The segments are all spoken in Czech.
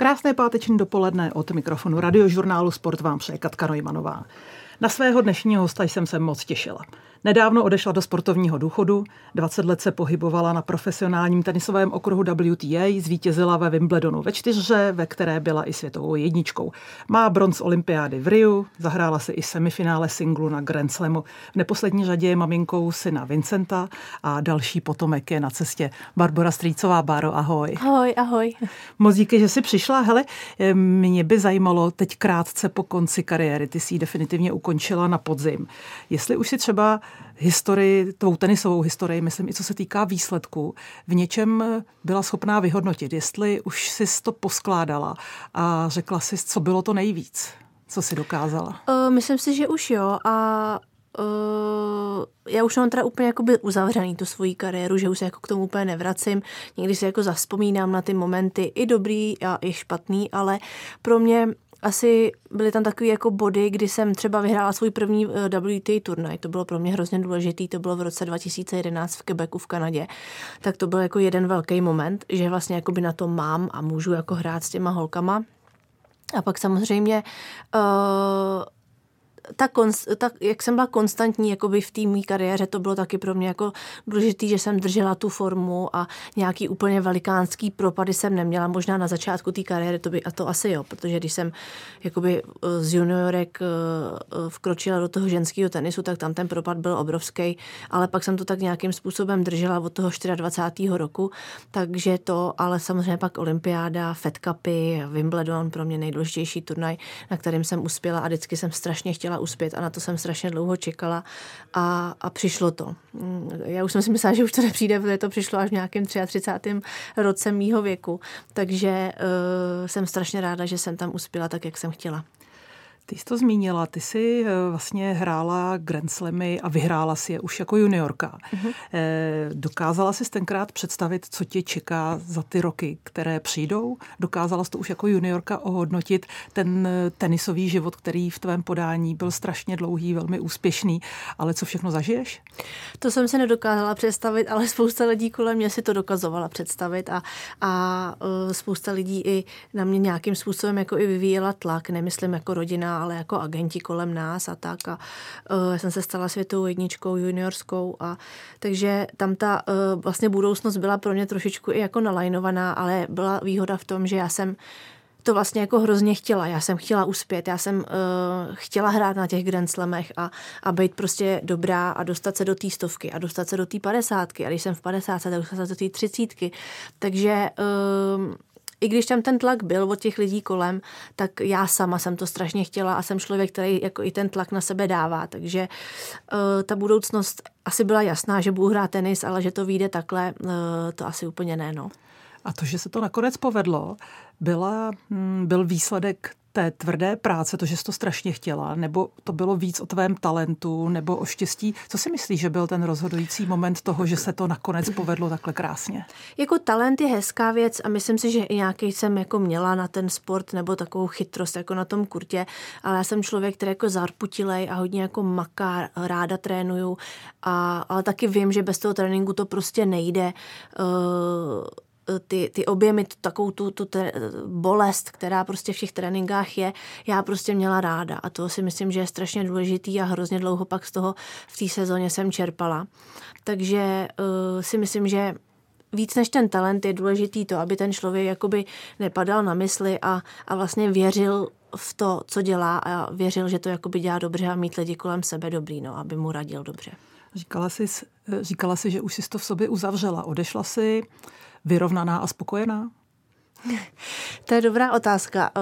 Krásné páteční dopoledne od mikrofonu Radiožurnálu Sport vám přeje Katka Neumannová. Na svého dnešního hosta jsem se moc těšila. Nedávno odešla do sportovního důchodu, 20 let se pohybovala na profesionálním tenisovém okruhu WTA, zvítězila ve Wimbledonu ve čtyřhře, ve které byla i světovou jedničkou. Má bronz olympiády v Riu, zahrála si i semifinále singlu na Grand Slamu. V neposlední řadě je maminkou syna Vincenta a další potomek je na cestě. Barbora Strýcová. Báro, ahoj. Ahoj, ahoj. Moc díky, že jsi přišla. Hele, mě by zajímalo teď krátce po konci kariéry, ty jsi ji definitivně ukončila na podzim. Jestli už si třeba historii, tvou tenisovou historii, myslím i co se týká výsledků, v něčem byla schopná vyhodnotit, jestli už jsi to poskládala a řekla jsi, co bylo to nejvíc, co jsi dokázala. Myslím si, že už jo a já už mám teda úplně jakoby uzavřený tu svoji kariéru, že už se jako k tomu úplně nevracím. Někdy si jako zavzpomínám na ty momenty i dobrý a i špatný, ale pro mě asi byly tam takový jako body, kdy jsem třeba vyhrála svůj první WTA turnaj. To bylo pro mě hrozně důležitý, to bylo v roce 2011 v Quebecu v Kanadě. Tak to byl jako jeden velký moment, že vlastně jakoby na to mám a můžu jako hrát s těma holkama. A pak samozřejmě jak jsem byla konstantní jakoby v té mý kariéře, to bylo taky pro mě jako důležitý, že jsem držela tu formu a nějaký úplně velikánský propady jsem neměla. Možná na začátku té kariéry to asi jo, protože když jsem jakoby z juniorek vkročila do toho ženského tenisu, tak tam ten propad byl obrovský, ale pak jsem to tak nějakým způsobem držela od toho 24. roku, takže to, ale samozřejmě pak olympiáda, Fed Cupy, Wimbledon, pro mě nejdůležitější turnaj, na kterým jsem uspěla a vždycky jsem strašně chtěla uspět a na to jsem strašně dlouho čekala a přišlo to. Já už jsem si myslela, že už to nepřijde, protože to přišlo až v nějakém 33. roce mýho věku, takže jsem strašně ráda, že jsem tam uspěla tak, jak jsem chtěla. Ty jsi to zmínila, ty jsi vlastně hrála Grand Slamy a vyhrála si je už jako juniorka. Uh-huh. Dokázala jsi tenkrát představit, co tě čeká za ty roky, které přijdou? Dokázala jsi to už jako juniorka ohodnotit ten tenisový život, který v tvém podání byl strašně dlouhý, velmi úspěšný, ale co všechno zažiješ? To jsem se nedokázala představit, ale spousta lidí kolem mě si to dokazovala představit a spousta lidí i na mě nějakým způsobem jako i vyvíjela tlak, nemyslím jako rodina, ale jako agenti kolem nás a tak. A jsem se stala světovou jedničkou, juniorskou takže tam ta vlastně budoucnost byla pro mě trošičku i jako nalajnovaná, ale byla výhoda v tom, že já jsem to vlastně jako hrozně chtěla. Já jsem chtěla uspět, já jsem chtěla hrát na těch Grand Slamech a být prostě dobrá a dostat se do té 100 a dostat se do té 50. A když jsem v 50, tak dostat se do té 30. Takže i když tam ten tlak byl od těch lidí kolem, tak já sama jsem to strašně chtěla a jsem člověk, který jako i ten tlak na sebe dává. Takže ta budoucnost asi byla jasná, že budu hrát tenis, ale že to vyjde takhle, to asi úplně ne. No. A to, že se to nakonec povedlo, byl výsledek té tvrdé práce, to, že jsi to strašně chtěla, nebo to bylo víc o tvém talentu, nebo o štěstí? Co si myslíš, že byl ten rozhodující moment toho, že se to nakonec povedlo takhle krásně? Jako talent je hezká věc a myslím si, že i nějaký jsem jako měla na ten sport nebo takovou chytrost jako na tom kurtě, ale já jsem člověk, který jako zarputilej a hodně jako maká, ráda trénuju, ale taky vím, že bez toho tréninku to prostě nejde. Ty objemy, takovou tu bolest, která prostě v těch tréninkách je, já prostě měla ráda a to si myslím, že je strašně důležitý a hrozně dlouho pak z toho v té sezóně jsem čerpala. Takže si myslím, že víc než ten talent je důležitý to, aby ten člověk jakoby nepadal na mysli a vlastně věřil v to, co dělá a věřil, že to jakoby dělá dobře a mít lidi kolem sebe dobrý, no, aby mu radil dobře. Říkala jsi, že už jsi to v sobě uzavřela. Odešla jsi vyrovnaná a spokojená? To je dobrá otázka.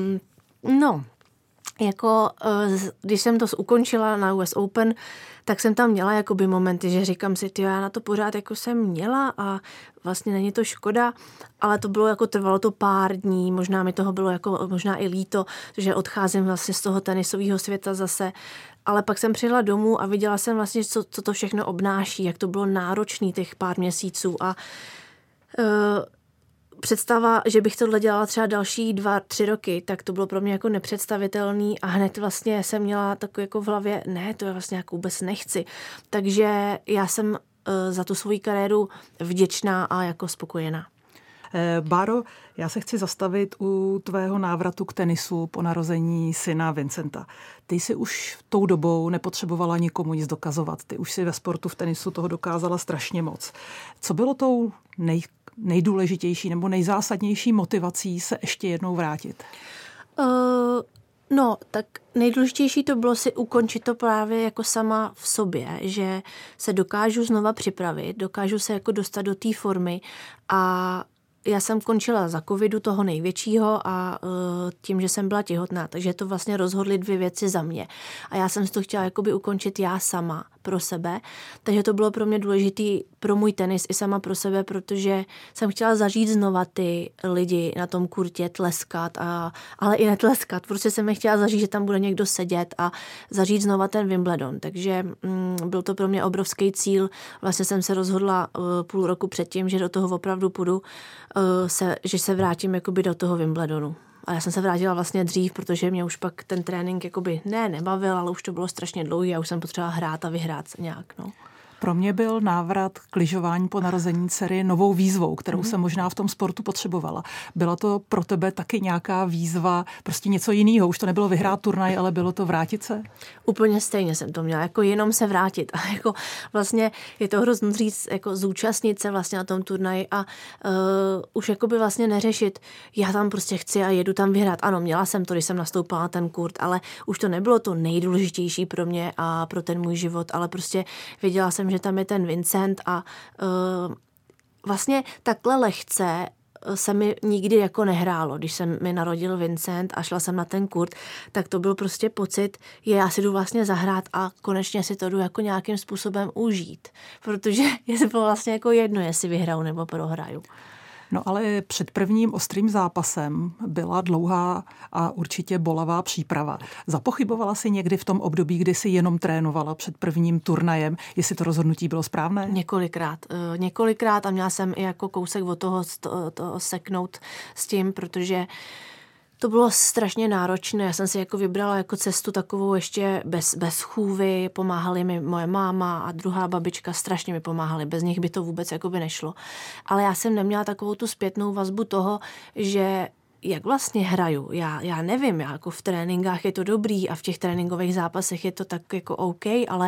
Když jsem to ukončila na US Open, tak jsem tam měla jakoby momenty, že říkám si, já na to pořád jako jsem měla a vlastně není to škoda, ale to bylo jako trvalo to pár dní, možná mi toho bylo jako možná i líto, že odcházím vlastně z toho tenisového světa zase, ale pak jsem přijela domů a viděla jsem vlastně, co to všechno obnáší, jak to bylo náročný těch pár měsíců a představa, že bych tohle dělala třeba další 2-3 roky, tak to bylo pro mě jako nepředstavitelný a hned vlastně jsem měla takový jako v hlavě, ne, to já vlastně jako vůbec nechci. Takže já jsem za tu svoji kariéru vděčná a jako spokojená. Báro, já se chci zastavit u tvého návratu k tenisu po narození syna Vincenta. Ty jsi už tou dobou nepotřebovala nikomu nic dokazovat. Ty už si ve sportu v tenisu toho dokázala strašně moc. Co bylo tou nejdůležitější nebo nejzásadnější motivací se ještě jednou vrátit? No, tak nejdůležitější to bylo si ukončit to právě jako sama v sobě, že se dokážu znova připravit, dokážu se jako dostat do té formy a já jsem končila za covidu toho největšího a tím, že jsem byla těhotná, takže to vlastně rozhodly 2 věci za mě. A já jsem si to chtěla jakoby ukončit já sama pro sebe, takže to bylo pro mě důležitý pro můj tenis i sama pro sebe, protože jsem chtěla zažít znova ty lidi na tom kurtě, tleskat, ale i netleskat. Prostě jsem je chtěla zažít, že tam bude někdo sedět a zažít znova ten Wimbledon. Takže byl to pro mě obrovský cíl. Vlastně jsem se rozhodla půl roku předtím, že do toho opravdu půjdu, že se vrátím jakoby do toho Wimbledonu. A já jsem se vrátila vlastně dřív, protože mě už pak ten trénink jakoby nebavil, ale už to bylo strašně dlouhý a už jsem potřebovala hrát a vyhrát nějak, no. Pro mě byl návrat k lyžování po narození dcery novou výzvou, kterou jsem možná v tom sportu potřebovala. Byla to pro tebe taky nějaká výzva, prostě něco jiného? Už to nebylo vyhrát turnaj, ale bylo to vrátit se? Úplně stejně jsem to měla, jako jenom se vrátit. A jako vlastně je to hrozně říct, jako zúčastnit se vlastně na tom turnaji a už jakoby vlastně neřešit, já tam prostě chci a jedu tam vyhrát. Ano, měla jsem to, když jsem nastoupila na ten kurt, ale už to nebylo to nejdůležitější pro mě a pro ten můj život, ale prostě věděla jsem, že tam je ten Vincent a vlastně takhle lehce se mi nikdy jako nehrálo. Když se mi narodil Vincent a šla jsem na ten kurt, tak to byl prostě pocit, já si jdu vlastně zahrát a konečně si to jdu jako nějakým způsobem užít. Protože je bylo vlastně jako jedno, jestli vyhraju nebo prohraju. No ale před prvním ostrým zápasem byla dlouhá a určitě bolavá příprava. Zapochybovala jsi někdy v tom období, kdy jsi jenom trénovala před prvním turnajem, jestli to rozhodnutí bylo správné? Několikrát a měla jsem i jako kousek od toho seknout s tím, protože to bylo strašně náročné. Já jsem si jako vybrala jako cestu takovou ještě bez chůvy. Pomáhali mi moje máma a druhá babička, strašně mi pomáhali. Bez nich by to vůbec jako by nešlo. Ale já jsem neměla takovou tu zpětnou vazbu toho, že jak vlastně hraju. Já nevím, jako v tréninkách je to dobrý a v těch tréninkových zápasech je to tak jako OK, ale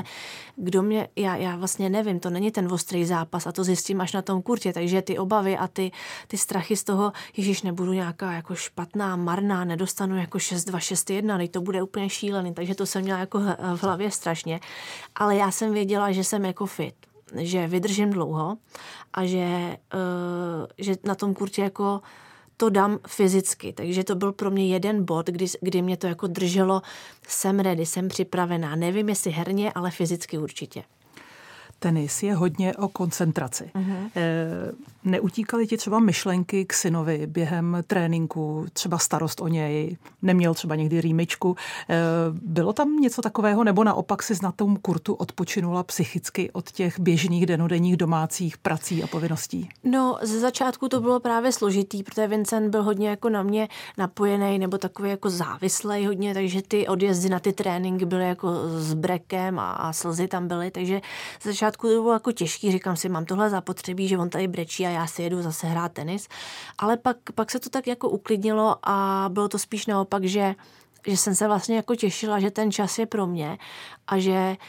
já vlastně nevím, to není ten ostrý zápas a to zjistím až na tom kurtě, takže ty obavy a ty strachy z toho, ježiš, nebudu nějaká jako špatná, marná, nedostanu jako 6-2, 6-1, teď to bude úplně šílený, takže to jsem měla jako v hlavě strašně, ale já jsem věděla, že jsem jako fit, že vydržím dlouho a že na tom kurtě jako to dám fyzicky, takže to byl pro mě jeden bod, kdy mě to jako drželo, jsem ready, jsem připravená, nevím jestli herně, ale fyzicky určitě. Tenis je hodně o koncentraci. Neutíkaly ti třeba myšlenky k synovi během tréninku, třeba starost o něj, neměl třeba někdy rýmičku. Bylo tam něco takového, nebo naopak si na tom kurtu odpočinula psychicky od těch běžných denodenních domácích prací a povinností? No, ze začátku to bylo právě složitý, protože Vincent byl hodně jako na mě napojený, nebo takový jako závislej hodně, takže ty odjezdy na ty tréninky byly jako s brekem a slzy tam byly, takže ze začátku to bylo jako těžký, říkám si, mám tohle zapotřebí, že on tady brečí a já si jedu zase hrát tenis, ale pak se to tak jako uklidnilo a bylo to spíš naopak, že jsem se vlastně jako těšila, že ten čas je pro mě a že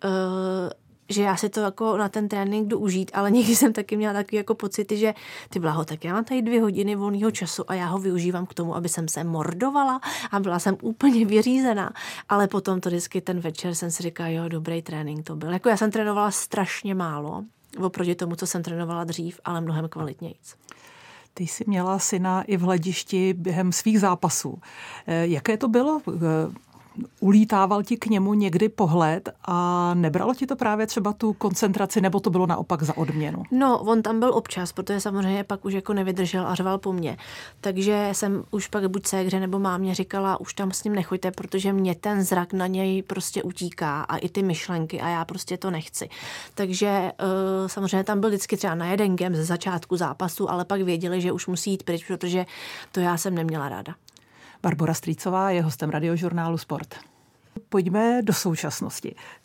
já si to jako na ten trénink jdu užít, ale někdy jsem taky měla takový jako pocity, že ty blaho, tak já mám tady 2 hodiny volného času a já ho využívám k tomu, aby jsem se mordovala a byla jsem úplně vyřízená. Ale potom to vždycky ten večer jsem si říkala, jo, dobrý trénink to byl. Jako já jsem trénovala strašně málo, oproti tomu, co jsem trénovala dřív, ale mnohem kvalitnějc. Ty jsi měla syna i v hledišti během svých zápasů. Jaké to bylo? Ulítával ti k němu někdy pohled a nebralo ti to právě třeba tu koncentraci, nebo to bylo naopak za odměnu? No, on tam byl občas, protože samozřejmě pak už jako nevydržel a řval po mně. Takže jsem už pak buď ségře nebo mámě říkala, už tam s ním nechoďte, protože mě ten zrak na něj prostě utíká a i ty myšlenky a já prostě to nechci. Takže samozřejmě tam byl vždycky třeba na jeden game ze začátku zápasu, ale pak věděli, že už musí jít pryč, protože to já jsem neměla ráda. Barbora Strýcová je hostem Radiožurnálu Sport. Pojďme do současnosti.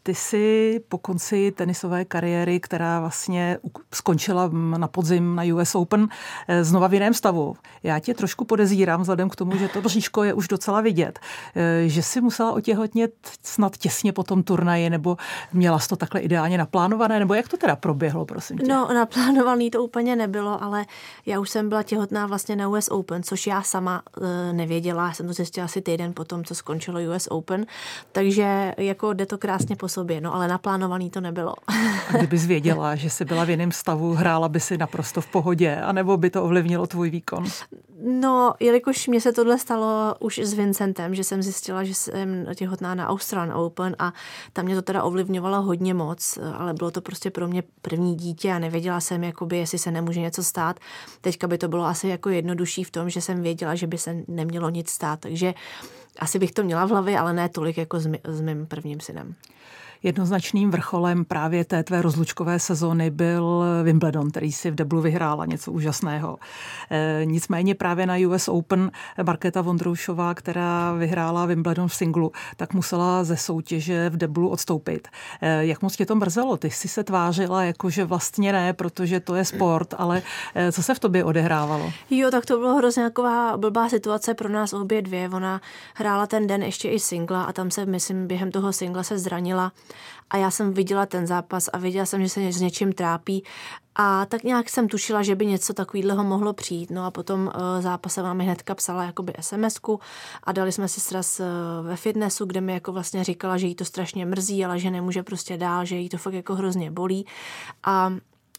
Ty jsi po konci tenisové kariéry, která vlastně skončila na podzim na US Open, znova v jiném stavu. Já tě trošku podezírám, vzhledem k tomu, že to bříško je už docela vidět, že jsi musela otěhotnět snad těsně po tom turnaji, nebo měla jsi to takhle ideálně naplánované, nebo jak to teda proběhlo, prosím tě? No, naplánovaný to úplně nebylo, ale já už jsem byla těhotná vlastně na US Open, což já sama nevěděla. Já jsem to zjistila asi týden potom, co skončilo US Open, takže jako jde to krásně po sobě, no ale naplánovaný to nebylo. A kdybys věděla, že jsi byla v jiném stavu, hrála by si naprosto v pohodě, anebo by to ovlivnilo tvůj výkon? No, jelikož mě se tohle stalo už s Vincentem, že jsem zjistila, že jsem těhotná na Australian Open a tam mě to teda ovlivňovalo hodně moc, ale bylo to prostě pro mě první dítě a nevěděla jsem, jakoby, jestli se nemůže něco stát. Teďka by to bylo asi jako jednodušší v tom, že jsem věděla, že by se nemělo nic stát, takže asi bych to měla v hlavě, ale ne tolik jako s mým prvním synem. Jednoznačným vrcholem právě té tvé rozlučkové sezóny byl Wimbledon, který si v deblu vyhrála, něco úžasného. Nicméně právě na US Open Markéta Vondroušová, která vyhrála Wimbledon v singlu, tak musela ze soutěže v deblu odstoupit. Jak moc tě to mrzelo? Ty jsi se tvářila, jako že vlastně ne, protože to je sport, ale co se v tobě odehrávalo? Jo, tak to bylo hrozně taková blbá situace pro nás obě dvě. Ona hrála ten den ještě i singla a tam se, myslím, během toho singla se zranila. A já jsem viděla ten zápas a viděla jsem, že se s něčím trápí a tak nějak jsem tušila, že by něco takového mohlo přijít. No a potom zápase vám hnedka psala jakoby SMS-ku a dali jsme si sraz ve fitnessu, kde mi jako vlastně říkala, že jí to strašně mrzí, ale že nemůže prostě dál, že jí to fakt jako hrozně bolí. A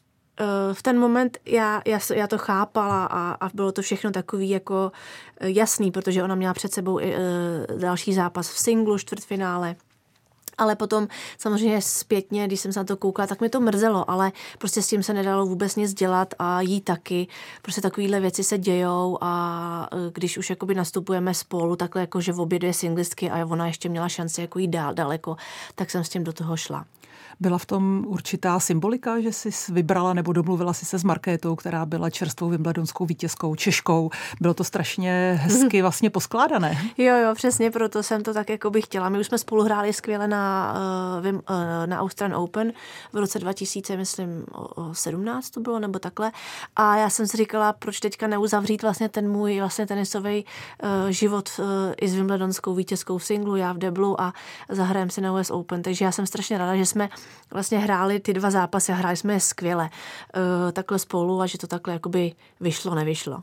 v ten moment já to chápala a bylo to všechno takový jako jasný, protože ona měla před sebou i další zápas v singlu, čtvrtfinále. Ale potom samozřejmě zpětně, když jsem se na to koukala, tak mi to mrzelo, ale prostě s tím se nedalo vůbec nic dělat a jí taky. Prostě takovýhle věci se dějou a když už jakoby nastupujeme spolu, takhle jako, že v obě dvě singlistky a ona ještě měla šanci jako jít dál daleko, tak jsem s tím do toho šla. Byla v tom určitá symbolika, že jsi vybrala nebo domluvila si se s Markétou, která byla čerstvou wimbledonskou vítězkou, Češkou. Bylo to strašně hezky vlastně poskládané. Jo, přesně, proto jsem to tak jako bych chtěla. My už jsme spolu hráli skvěle na Australian Open v roce 2000, myslím, 17 to bylo, nebo takhle. A já jsem si říkala, proč teďka neuzavřít vlastně ten můj vlastně tenisový život i s wimbledonskou vítězkou v singlu, já v deblu a zahrajeme si na US Open. Takže já jsem strašně ráda, že jsme vlastně hráli ty dva zápasy a hráli jsme je skvěle takhle spolu a že to takhle jakoby vyšlo, nevyšlo.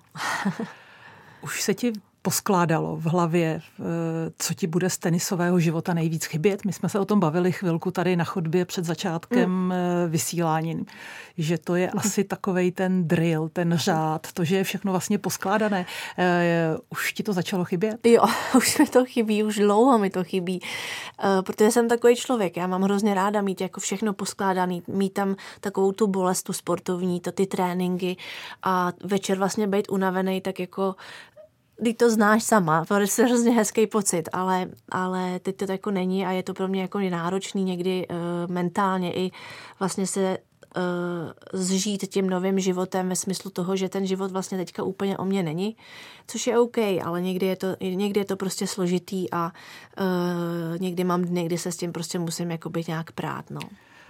Už se ti poskládalo v hlavě, co ti bude z tenisového života nejvíc chybět? My jsme se o tom bavili chvilku tady na chodbě před začátkem vysílání, že to je asi takovej ten drill, ten řád, to, že je všechno vlastně poskládané. Už ti to začalo chybět? Jo, už mi to chybí, už dlouho mi to chybí, protože jsem takový člověk, já mám hrozně ráda mít jako všechno poskládaný, mít tam takovou tu bolest, tu sportovní, ty tréninky a večer vlastně být unavený, tak jako ty to znáš sama, to je hrozně hezký pocit, ale teď to jako není a je to pro mě jako náročný někdy mentálně i vlastně se zžít tím novým životem ve smyslu toho, že ten život vlastně teďka úplně o mě není, což je OK, ale někdy je to prostě složitý a někdy mám dny, kdy se s tím prostě musím jakoby nějak prát, no.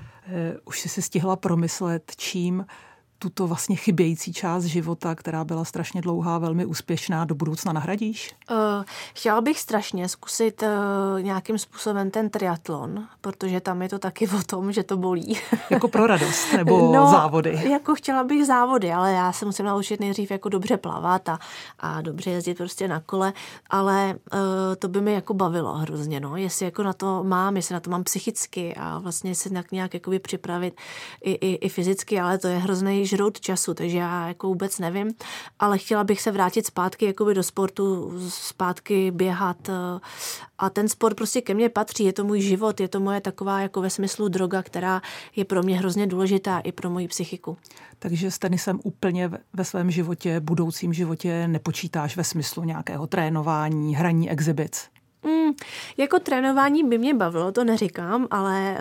Už jsi si stihla promyslet, čím tuto vlastně chybějící část života, která byla strašně dlouhá, velmi úspěšná, do budoucna nahradíš? Chtěla bych strašně zkusit nějakým způsobem ten triatlon, protože tam je to taky o tom, že to bolí. Jako pro radost nebo závody? Jako chtěla bych závody, ale já se musím naučit nejdřív jako dobře plavat a dobře jezdit prostě na kole, ale to by mi jako bavilo hrozně, no. Jestli jako na to mám, jestli na to mám psychicky a vlastně se nějak jakoby připravit i fyzicky, ale to je hrozný žrout času, takže já jako vůbec nevím, ale chtěla bych se vrátit zpátky jakoby do sportu, zpátky běhat a ten sport prostě ke mně patří, je to můj život, je to moje taková jako ve smyslu droga, která je pro mě hrozně důležitá i pro moji psychiku. Takže s tenisem úplně ve svém životě, budoucím životě nepočítáš ve smyslu nějakého trénování, hraní exhibic? Jako trénování by mě bavilo, to neříkám, ale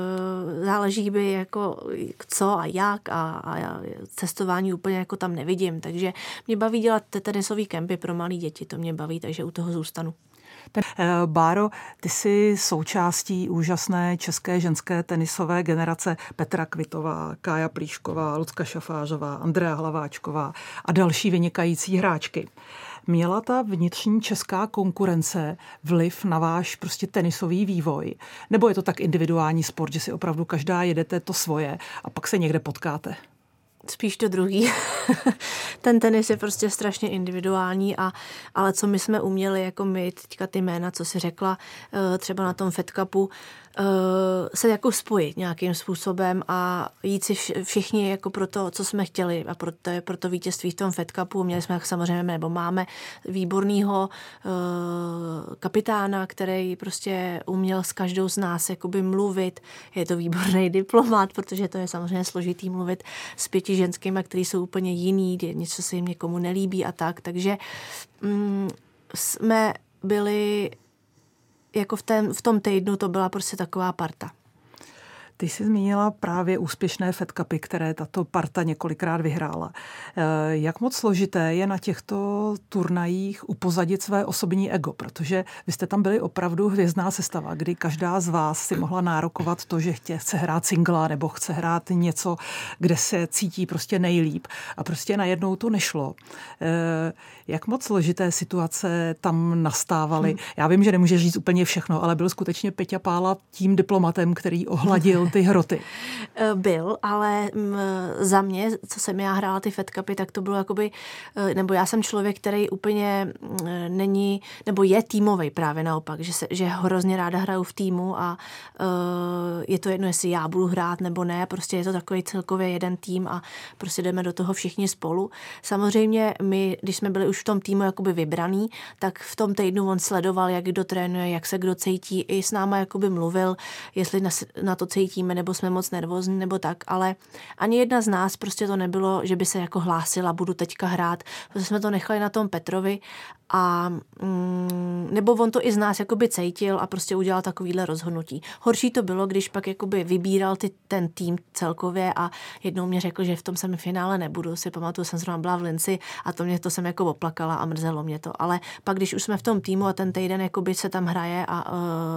záleží by jako co a jak a cestování úplně jako tam nevidím, takže mě baví dělat tenisový kempy pro malé děti, to mě baví, takže u toho zůstanu. Báro, ty jsi součástí úžasné české ženské tenisové generace Petra Kvitová, Kája Plíšková, Lucka Šafářová, Andrea Hlaváčková a další vynikající hráčky. Měla ta vnitřní česká konkurence vliv na váš prostě tenisový vývoj? Nebo je to tak individuální sport, že si opravdu každá jedete to svoje a pak se někde potkáte? Spíš to druhý. Ten tenis je prostě strašně individuální, ale co my jsme uměli, jako my, teďka ty jména, co si řekla, třeba na tom Fed Cupu, se jako spojit nějakým způsobem a jít si všichni jako pro to, co jsme chtěli a pro to vítězství v tom Fed Cupu. Měli jsme samozřejmě, nebo máme výbornýho kapitána, který prostě uměl s každou z nás jakoby mluvit. Je to výborný diplomat, protože to je samozřejmě složitý mluvit s 5 ženskými, který jsou úplně jiný, něco se jim někomu nelíbí a tak. Takže jsme byli jako v tom týdnu to byla prostě taková parta. Ty jsi zmínila právě úspěšné Fed Cupy, které tato parta několikrát vyhrála. Jak moc složité je na těchto turnajích upozadit své osobní ego, protože vy jste tam byli opravdu hvězdná sestava, kdy každá z vás si mohla nárokovat to, že chce hrát singla nebo chce hrát něco, kde se cítí prostě nejlíp a prostě najednou to nešlo. Jak moc složité situace tam nastávaly? Já vím, že nemůžeš říct úplně všechno, ale byl skutečně Peťa Pála tím diplomatem, který ohladil ty hroty. Byl, ale za mě, co jsem já hrála ty Fed Cupy, tak to bylo jakoby, nebo já jsem člověk, který úplně není, nebo je týmovej právě naopak, že hrozně ráda hraju v týmu a je to jedno, jestli já budu hrát nebo ne, prostě je to takový celkově jeden tým a prostě jdeme do toho všichni spolu. Samozřejmě my, když jsme byli už v tom týmu jakoby vybraný, tak v tom týdnu on sledoval, jak kdo trénuje, jak se kdo cítí, i s náma jakoby mluvil, jestli na to cítíme, nebo jsme moc nervózní, nebo tak, ale ani jedna z nás prostě to nebylo, že by se jako hlásila, budu teďka hrát, protože jsme to nechali na tom Petrovi a nebo on to i z nás jakoby cítil a prostě udělal takovýhle rozhodnutí. Horší to bylo, když pak jakoby vybíral ten tým celkově a jednou mě řekl, že v tom semifinále nebudu, si pamatuju, jsem zrovna byla v Linci a to jsem jako oplakala a mrzelo mě to, ale pak když už jsme v tom týmu a ten týden jakoby se tam hraje a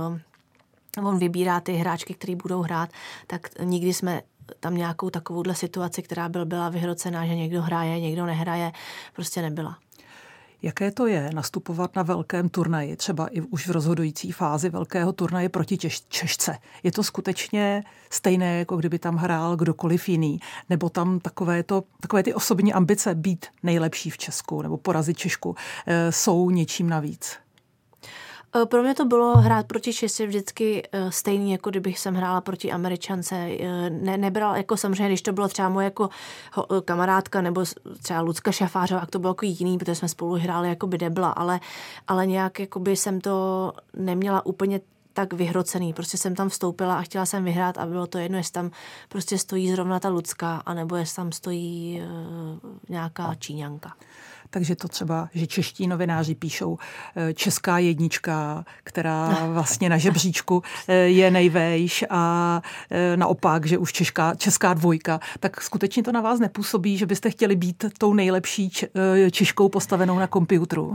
on vybírá ty hráčky, který budou hrát, tak nikdy jsme tam nějakou takovouhle situaci, která byla vyhrocená, že někdo hraje, někdo nehraje, prostě nebyla. Jaké to je nastupovat na velkém turnaji, třeba i už v rozhodující fázi velkého turnaje proti Češce? Je to skutečně stejné, jako kdyby tam hrál kdokoliv jiný? Nebo tam takové ty osobní ambice být nejlepší v Česku nebo porazit Češku jsou něčím navíc? Pro mě to bylo hrát proti Češce vždycky stejný, jako kdybych jsem hrála proti Američance. Nebral, jako samozřejmě, když to bylo třeba moje jako kamarádka nebo třeba Lucka Šafářová, to bylo jako jiný, protože jsme spolu hráli jako by debla, ale nějak jako by jsem to neměla úplně tak vyhrocený. Prostě jsem tam vstoupila a chtěla jsem vyhrát a bylo to jedno, jestli tam prostě stojí zrovna ta Lucka, anebo jestli tam stojí nějaká Číňanka. Takže to třeba, že čeští novináři píšou česká jednička, která vlastně na žebříčku je nejvejš a naopak, že už česká dvojka, tak skutečně to na vás nepůsobí, že byste chtěli být tou nejlepší Češkou postavenou na komputeru?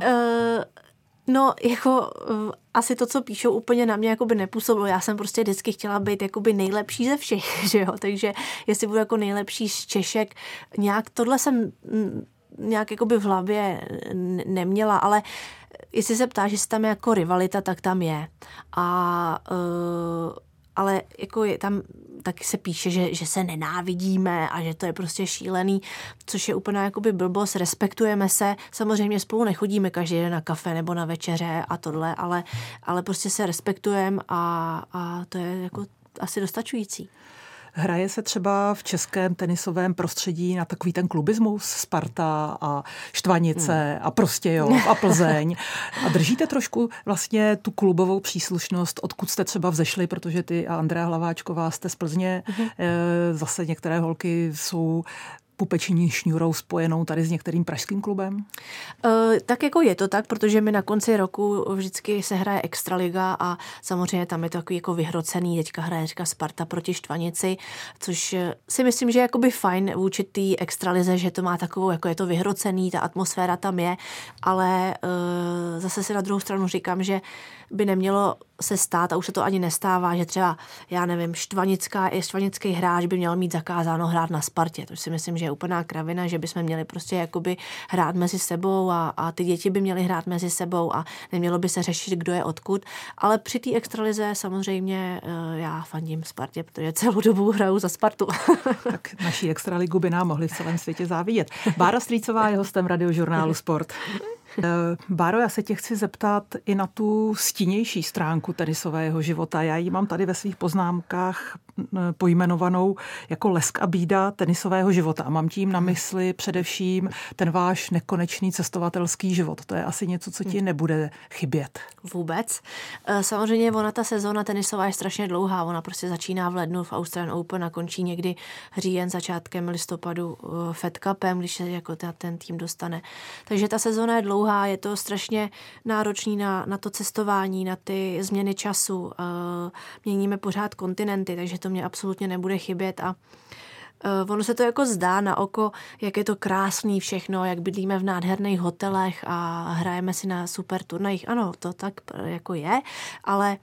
No, jako asi to, co píšou, úplně na mě jakoby nepůsobilo. Já jsem prostě vždycky chtěla být jakoby nejlepší ze všech, že jo? Takže jestli budu jako nejlepší z Češek, nějak tohle jsem nějak jakoby v hlavě neměla, ale jestli se ptá, že tam je jako rivalita, tak tam je. Ale jako je tam taky se píše, že se nenávidíme a že to je prostě šílený, což je úplně jakoby blbost, respektujeme se, samozřejmě spolu nechodíme každý den na kafe nebo na večeře a tohle, ale prostě se respektujeme a to je jako asi dostačující. Hraje se třeba v českém tenisovém prostředí na takový ten klubismus, Sparta a Štvanice a Prostějov a Plzeň. A držíte trošku vlastně tu klubovou příslušnost, odkud jste třeba vzešli, protože ty a Andrea Hlaváčková jste z Plzně. Zase některé holky jsou pupeční šňůrou spojenou tady s některým pražským klubem? Tak jako je to tak, protože mi na konci roku vždycky se hraje Extraliga a samozřejmě tam je to takový jako vyhrocený, teďka hraje Sparta proti Štvanici, což si myslím, že je jakoby fajn vůči té Extralize, že to má takovou, jako je to vyhrocený, ta atmosféra tam je, ale zase si na druhou stranu říkám, že by nemělo se stát, a už se to ani nestává, že třeba, já nevím, štvanický hráč by měl mít zakázáno hrát na Spartě. To si myslím, že je úplná kravina, že bychom měli prostě jakoby hrát mezi sebou a ty děti by měly hrát mezi sebou a nemělo by se řešit, kdo je odkud. Ale při té extralize samozřejmě já fandím Spartě, protože celou dobu hraju za Spartu. Tak naší extraligu by nám mohli v celém světě závidět. Bára Strýcová je hostem Radiožurnálu Sport. Báro, já se tě chci zeptat i na tu stinnější stránku tenisového života. Já ji mám tady ve svých poznámkách pojmenovanou jako lesk a bída tenisového života. A mám tím na mysli především ten váš nekonečný cestovatelský život. To je asi něco, co ti nebude chybět. Vůbec. Samozřejmě ta sezóna tenisová je strašně dlouhá. Ona prostě začíná v lednu v Australian Open a končí někdy říjen, začátkem listopadu Fed Cupem, když se jako ten tým dostane. Takže ta sezóna je dlouhá, je to strašně náročný na to cestování, na ty změny času. Měníme pořád kontinenty, takže to mě absolutně nebude chybět a ono se to jako zdá na oko, jak je to krásný všechno, jak bydlíme v nádherných hotelech a hrajeme si na super turnajích. Ano, to tak jako je, ale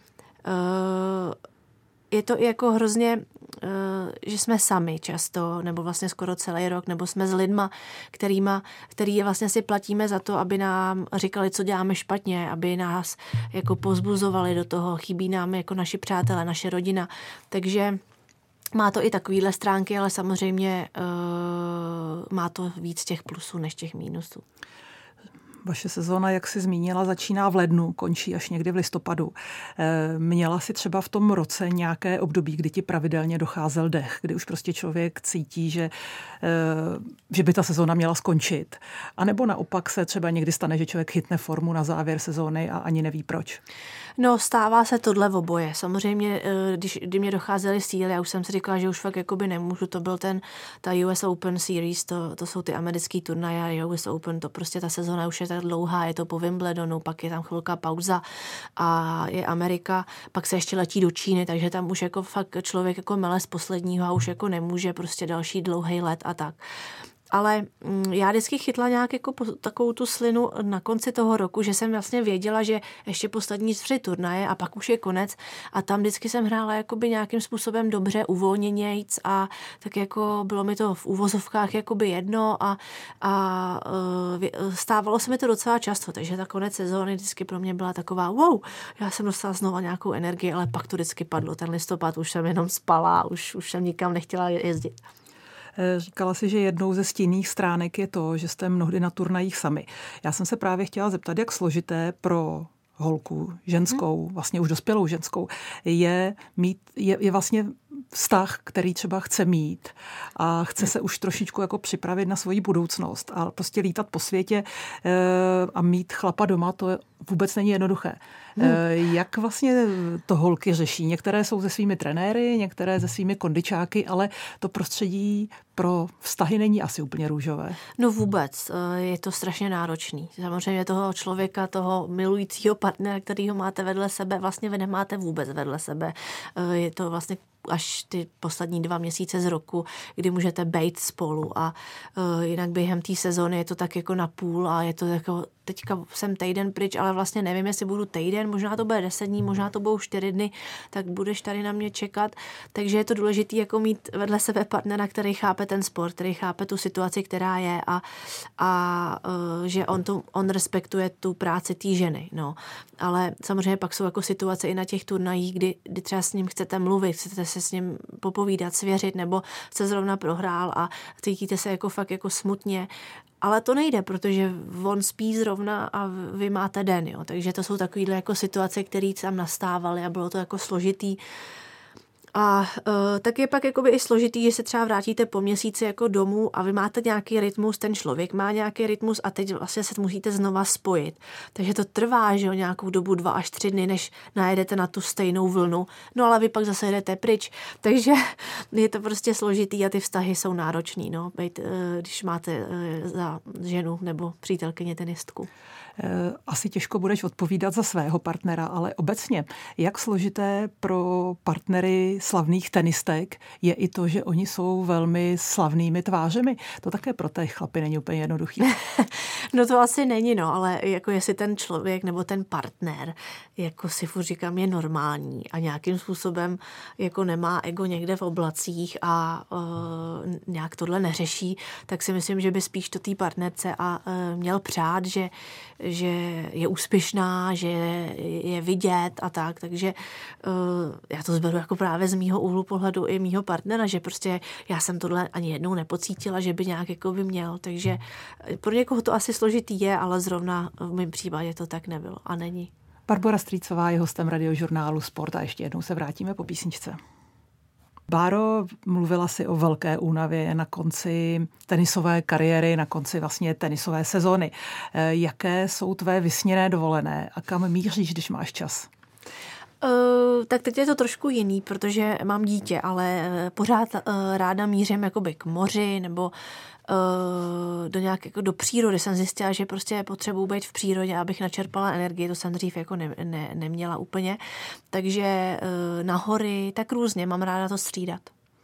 je to i jako hrozně, že jsme sami často, nebo vlastně skoro celý rok, nebo jsme s lidma, který vlastně si platíme za to, aby nám říkali, co děláme špatně, aby nás jako povzbuzovali do toho, chybí nám jako naši přátelé, naše rodina. Takže má to i takovýhle stránky, ale samozřejmě má to víc těch plusů než těch mínusů. Vaše sezóna, jak jsi zmínila, začíná v lednu, končí až někdy v listopadu. Měla si třeba v tom roce nějaké období, kdy ti pravidelně docházel dech, kdy už prostě člověk cítí, že by ta sezóna měla skončit? A nebo naopak se třeba někdy stane, že člověk chytne formu na závěr sezóny a ani neví proč? No, stává se tohle v oboje. Samozřejmě, kdy mě docházely síly, já už jsem si říkala, že už fakt jakoby nemůžu, to byl ta US Open Series, to jsou ty americký turnaje, US Open, to prostě ta sezóna už je tak dlouhá, je to po Wimbledonu, pak je tam chvilka pauza a je Amerika, pak se ještě letí do Číny, takže tam už jako fakt člověk jako mele z posledního a už jako nemůže prostě další dlouhý let a tak. Ale já vždycky chytla nějak jako takovou tu slinu na konci toho roku, že jsem vlastně věděla, že ještě poslední 3 turnaje a pak už je konec a tam vždycky jsem hrála jakoby nějakým způsobem dobře, uvolněnějc a tak jako bylo mi to v úvozovkách jakoby jedno a stávalo se mi to docela často, takže ta konec sezóny vždycky pro mě byla taková wow, já jsem dostala znova nějakou energii, ale pak to vždycky padlo, ten listopad už jsem jenom spala, už jsem nikam nechtěla jezdit. Říkala si, že jednou ze stinných stránek je to, že jste mnohdy na turnajích sami. Já jsem se právě chtěla zeptat, jak složité pro holku ženskou, vlastně už dospělou ženskou, je vlastně vztah, který třeba chce mít a chce se už trošičku jako připravit na svoji budoucnost a prostě lítat po světě a mít chlapa doma, to vůbec není jednoduché. Jak vlastně to holky řeší? Některé jsou se svými trenéry, některé se svými kondičáky, ale to prostředí pro vztahy není asi úplně růžové. No vůbec, je to strašně náročný. Samozřejmě toho člověka, toho milujícího partnera, kterýho máte vedle sebe, vlastně vy nemáte vůbec vedle sebe. Je to vlastně až ty poslední 2 měsíce z roku, kdy můžete bejt spolu a jinak během té sezóny je to tak jako na půl a je to jako teďka jsem týden pryč, ale vlastně nevím, jestli budu týden, možná to bude 10 dní, možná to budou 4 dny, tak budeš tady na mě čekat. Takže je to důležité jako mít vedle sebe partnera, který chápe ten sport, který chápe tu situaci, která je a že on respektuje tu práci té ženy. No. Ale samozřejmě pak jsou jako situace i na těch turnajích, kdy třeba s ním chcete mluvit, chcete se s ním popovídat, svěřit, nebo se zrovna prohrál a cítíte se jako fakt jako smutně. Ale to nejde, protože on spí zrovna a vy máte den, jo. Takže to jsou takovýhle jako situace, které tam nastávaly a bylo to jako složitý. A tak je pak jakoby i složitý, že se třeba vrátíte po měsíci jako domů a vy máte nějaký rytmus, ten člověk má nějaký rytmus a teď vlastně se musíte znova spojit. Takže to trvá, že jo, nějakou dobu 2 až 3 dny, než najedete na tu stejnou vlnu. No ale vy pak zase jedete pryč. Takže je to prostě složitý a ty vztahy jsou náročný, no, když máte za ženu nebo přítelkyně tenistku. Asi těžko budeš odpovídat za svého partnera, ale obecně, jak složité pro partnery slavných tenistek je i to, že oni jsou velmi slavnými tvářemi. To také pro té chlapy není úplně jednoduchý. No to asi není, no, ale jako jestli ten člověk nebo ten partner, jako si furt říkám, je normální a nějakým způsobem jako nemá ego někde v oblacích a nějak tohle neřeší, tak si myslím, že by spíš to té partnerce a měl přát, že je úspěšná, že je vidět a tak, takže já to zberu jako právě z mýho úhlu pohledu i mýho partnera, že prostě já jsem tohle ani jednou nepocítila, že by nějak jako by měl, takže pro někoho to asi složitý je, ale zrovna v mém případě to tak nebylo a není. Barbora Strýcová je hostem Radiožurnálu Sport a ještě jednou se vrátíme po písničce. Báro, mluvila si o velké únavě na konci tenisové kariéry, na konci vlastně tenisové sezóny. Jaké jsou tvé vysněné dovolené a kam míříš, když máš čas? Tak teď je to trošku jiný, protože mám dítě, ale pořád ráda mířím jakoby k moři nebo do přírody. Jsem zjistila, že prostě potřebuji být v přírodě, abych načerpala energii. To jsem dřív jako neměla úplně. Takže na hory, tak různě. Mám ráda to střídat.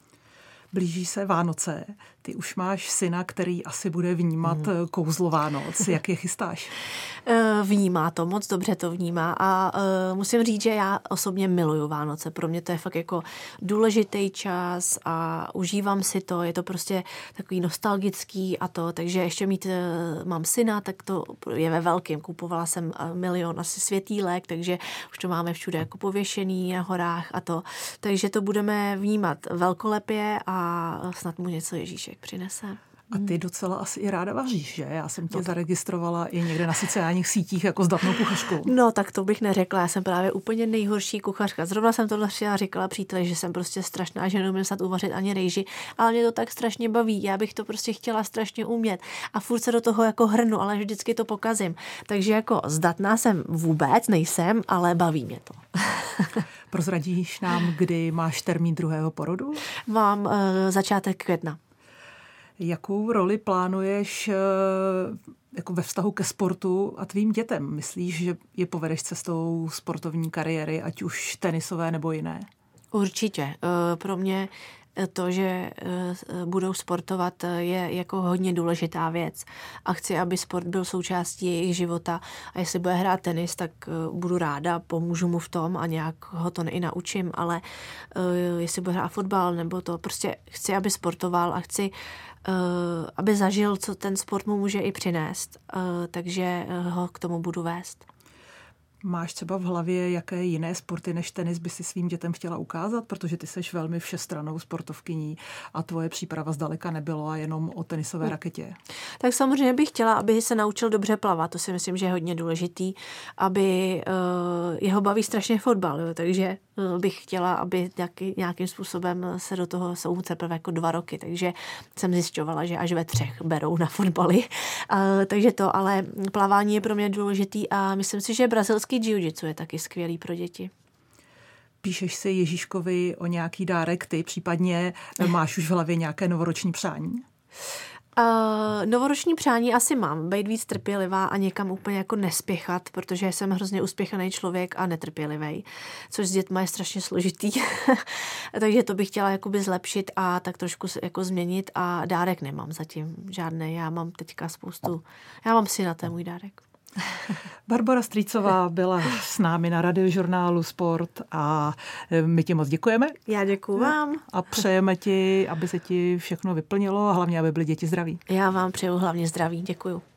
Blíží se Vánoce. Ty už máš syna, který asi bude vnímat kouzlo Vánoc. Jak je chystáš? Vnímá to, moc dobře to vnímá a musím říct, že já osobně miluju Vánoce. Pro mě to je fakt jako důležitý čas a užívám si to. Je to prostě takový nostalgický a to, takže ještě mám syna, tak to je ve velkém. Kupovala jsem 1 milion asi světýlek, takže už to máme všude jako pověšený na horách a to. Takže to budeme vnímat velkolepě a snad mu něco Ježíšek přinese. A ty docela asi i ráda vaříš, že? Já jsem tě zaregistrovala i někde na sociálních sítích jako zdatnou kuchařkou. No, tak to bych neřekla. Já jsem právě úplně nejhorší kuchařka. Zrovna jsem tohle říkala příteli, že jsem prostě strašná, že neumím snad uvařit ani rejži, ale mě to tak strašně baví. Já bych to prostě chtěla strašně umět a furt se do toho jako hrnu, ale vždycky to pokazím. Takže jako zdatná jsem vůbec nejsem, ale baví mě to. Prozradíš nám, kdy máš termín druhého porodu? Mám začátek května. Jakou roli plánuješ jako ve vztahu ke sportu a tvým dětem? Myslíš, že je povedeš cestou sportovní kariéry, ať už tenisové nebo jiné? Určitě. Pro mě to, že budou sportovat, je jako hodně důležitá věc. A chci, aby sport byl součástí jejich života. A jestli bude hrát tenis, tak budu ráda, pomůžu mu v tom a nějak ho to i naučím, ale jestli bude hrát fotbal nebo to, prostě chci, aby sportoval a chci, aby zažil, co ten sport mu může i přinést. Takže ho k tomu budu vést. Máš třeba v hlavě, jaké jiné sporty než tenis by si svým dětem chtěla ukázat? Protože ty seš velmi všestrannou sportovkyní a tvoje příprava zdaleka nebyla jenom o tenisové raketě. Tak samozřejmě bych chtěla, aby se naučil dobře plavat. To si myslím, že je hodně důležitý, aby jeho baví strašně fotbal. Jo? Takže bych chtěla, aby nějakým způsobem se do toho jsou teprve jako 2 roky. Takže jsem zjišťovala, že až ve 3 berou na fotbaly. Takže to, ale plavání je pro mě důležitý a myslím si, že brazilský jiu-jitsu je taky skvělý pro děti. Píšeš si Ježíškovi o nějaký dárek, ty případně máš už v hlavě nějaké novoroční přání? Novoroční přání asi mám, být víc trpělivá a někam úplně jako nespěchat, protože jsem hrozně uspěchaný člověk a netrpělivý, což s dětma je strašně složitý. Takže to bych chtěla jakoby zlepšit a tak trošku jako změnit a dárek nemám zatím žádný. Já mám teďka já mám syna, to je můj dárek. Barbora Strýcová byla s námi na Radiožurnálu Sport a my ti moc děkujeme. Já děkuju vám. A přejeme ti, aby se ti všechno vyplnilo a hlavně, aby byly děti zdraví. Já vám přeju hlavně zdraví. Děkuju.